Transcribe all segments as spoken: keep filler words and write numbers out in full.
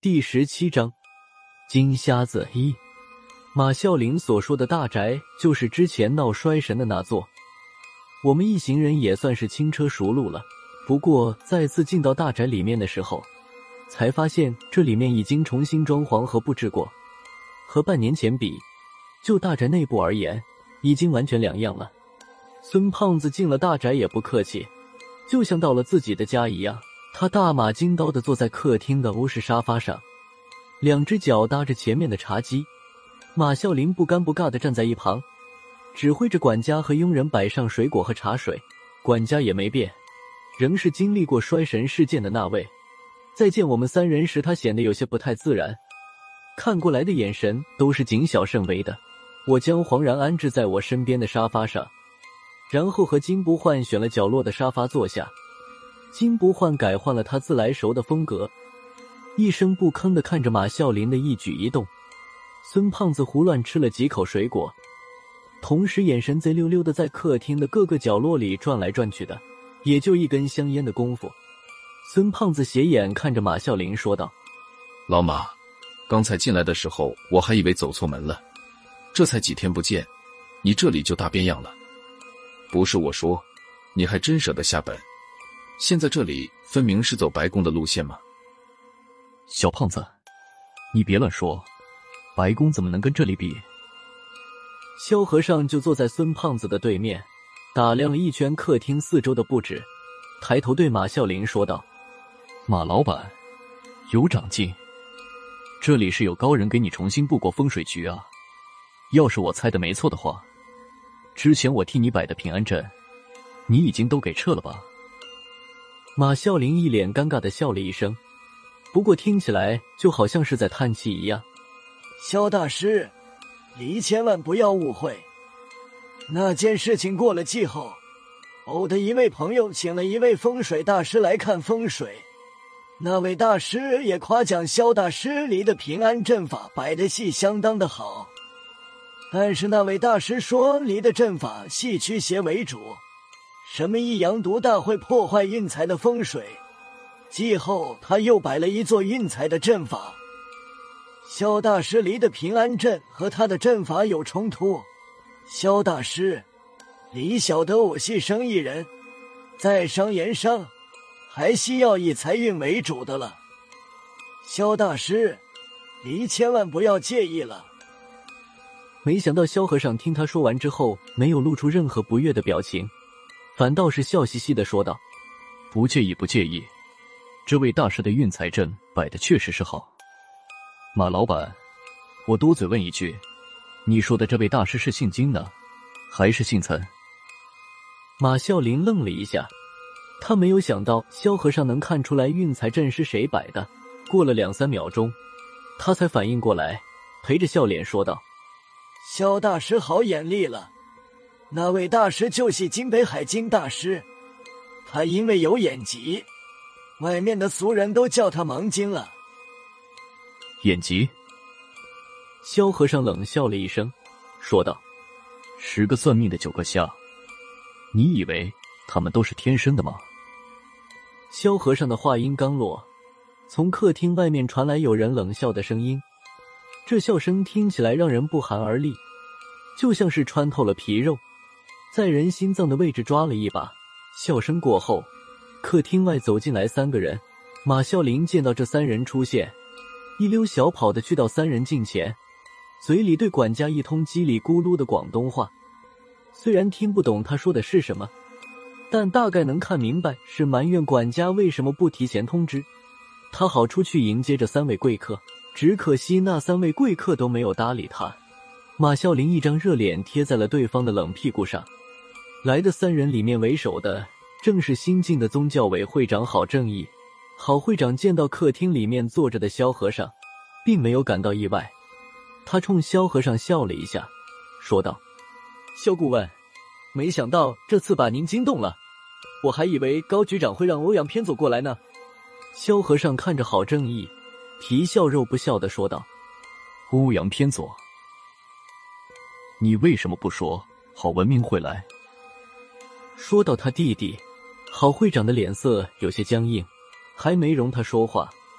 第十七章金瞎子一。马啸林所说的大宅就是之前闹衰神的那座。我们一行人也算是轻车熟路了，不过再次进到大宅里面的时候，才发现这里面已经重新装潢和布置过，和半年前比，就大宅内部而言，已经完全两样了。孙胖子进了大宅也不客气，就像到了自己的家一样，他大马金刀地坐在客厅的欧式沙发上，两只脚搭着前面的茶几。马啸林不尴不尬地站在一旁，指挥着管家和佣人摆上水果和茶水。管家也没变，仍是经历过衰神事件的那位。再见我们三人时，他显得有些不太自然，看过来的眼神都是谨小慎微的。我将黄然安置在我身边的沙发上，然后和金不换选了角落的沙发坐下。金不换改换了他自来熟的风格，一声不吭地看着马啸林的一举一动。孙胖子胡乱吃了几口水果，同时眼神贼溜溜地在客厅的各个角落里转来转去的，也就一根香烟的功夫。孙胖子斜眼看着马啸林说道： 老马，刚才进来的时候我还以为走错门了，这才几天不见，你这里就大变样了。不是我说，你还真舍得下本，现在这里分明是走白宫的路线嘛。 小胖子，你别乱说，白宫怎么能跟这里比？ 萧和尚就坐在孙胖子的对面，打量了一圈客厅四周的布置，抬头对马啸林说道： 马老板，有长进，这里是有高人给你重新布过风水局啊。要是我猜的没错的话，之前我替你摆的平安阵，你已经都给撤了吧？ 马啸林一脸尴尬地笑了一声，不过听起来就好像是在叹气一样。 萧大师，你千万不要误会，那件事情过了季后，我的一位朋友请了一位风水大师来看风水，那位大师也夸奖萧大师离的平安阵法摆的戏相当的好，但是那位大师说离的阵法系驱邪为主，什么一阳毒大会破坏运财的风水，季后他又摆了一座运财的阵法，萧大师离的平安阵和他的阵法有冲突。萧大师，你晓得我系生意人，在商言商，还需要以财运为主的了。萧大师，你千万不要介意了。 没想到萧和尚听他说完之后，没有露出任何不悦的表情，反倒是笑嘻嘻地说道： 不介意不介意，这位大师的运财阵摆的确实是好。马老板，我多嘴问一句，你说的这位大师是姓金呢，还是姓岑？ 马啸林愣了一下，他没有想到萧和尚能看出来运财阵是谁摆的。过了两三秒钟，他才反应过来，陪着笑脸说道： 萧大师好眼力了，那位大师就是金北海金大师，他因为有眼疾，外面的俗人都叫他盲金了。 眼疾？ 萧和尚冷笑了一声，说道： 十个算命的九个瞎，你以为他们都是天生的吗？ 萧和尚的话音刚落，从客厅外面传来有人冷笑的声音，这笑声听起来让人不寒而栗，就像是穿透了皮肉，在人心脏的位置抓了一把。笑声过后，客厅外走进来三个人。马啸林见到这三人出现，一溜小跑的去到三人近前，嘴里对管家一通叽里咕噜的广东话。虽然听不懂他说的是什么，但大概能看明白是埋怨管家为什么不提前通知他，好出去迎接这三位贵客。只可惜那三位贵客都没有搭理他。马啸林一张热脸贴在了对方的冷屁股上。来的三人里面为首的正是新晋的宗教委会长郝正义。郝会长见到客厅里面坐着的萧和尚，并没有感到意外，他冲萧和尚笑了一下，说道：萧顾问，没想到这次把您惊动了，我还以为高局长会让欧阳偏左过来呢。萧和尚看着郝正义，皮笑肉不笑地说道： 欧阳偏左，你为什么不说郝文明会来？ 说到他弟弟，郝会长的脸色有些僵硬，还没容他说话，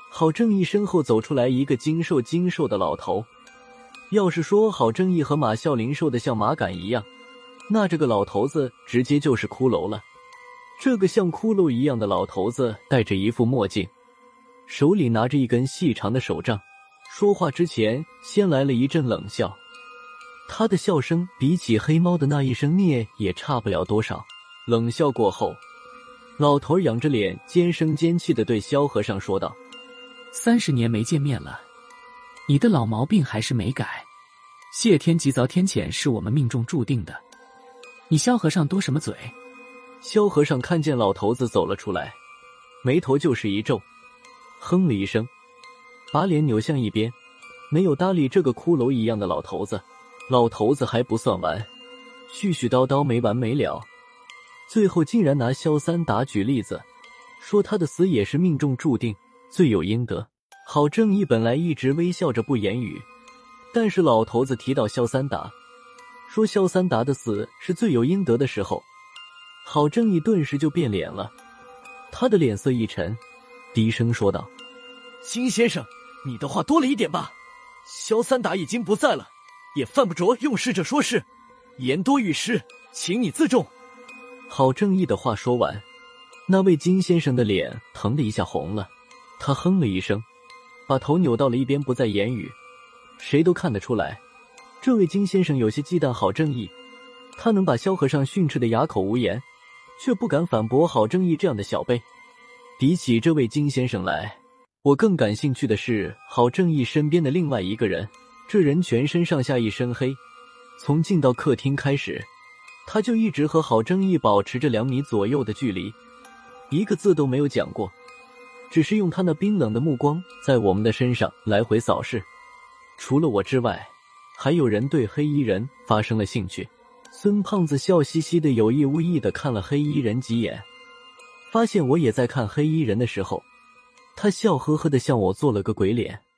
郝正义身后走出来一个精瘦精瘦的老头。要是说郝正义和马啸林瘦得像马杆一样，那这个老头子直接就是骷髅了。这个像骷髅一样的老头子戴着一副墨镜，手里拿着一根细长的手杖，说话之前先来了一阵冷笑。他的笑声比起黑猫的那一声灭也差不了多少。冷笑过后，老头仰着脸尖声尖气地对萧和尚说道： 三十年没见面了，你的老毛病还是没改。谢天急遭天谴是我们命中注定的，你萧和尚多什么嘴？ 萧和尚看见老头子走了出来，眉头就是一皱，哼了一声，把脸扭向一边，没有搭理这个骷髅一样的老头子。老头子还不算完，絮絮叨叨没完没了，最后竟然拿萧三达举例子，说他的死也是命中注定，罪有应得。郝正义本来一直微笑着不言语，但是老头子提到萧三达，说萧三达的死是罪有应得的时候，郝正义顿时就变脸了。他的脸色一沉，低声说道： 金先生，你的话多了一点吧，萧三达已经不在了，也犯不着用逝者说事，言多语失，请你自重。 郝正义的话说完，那位金先生的脸腾的一下红了，他哼了一声，把头扭到了一边不再言语。谁都看得出来，这位金先生有些忌惮郝正义，他能把萧和尚训斥得哑口无言，却不敢反驳郝正义这样的小辈。比起这位金先生来，我更感兴趣的是郝正义身边的另外一个人。这人全身上下一身黑，从进到客厅开始，他就一直和郝正义保持着两米左右的距离，一个字都没有讲过，只是用他那冰冷的目光在我们的身上来回扫视。除了我之外，还有人对黑衣人发生了兴趣。孙胖子笑嘻嘻的有意无意的看了黑衣人几眼，发现我也在看黑衣人的时候，他笑呵呵的向我做了个鬼脸。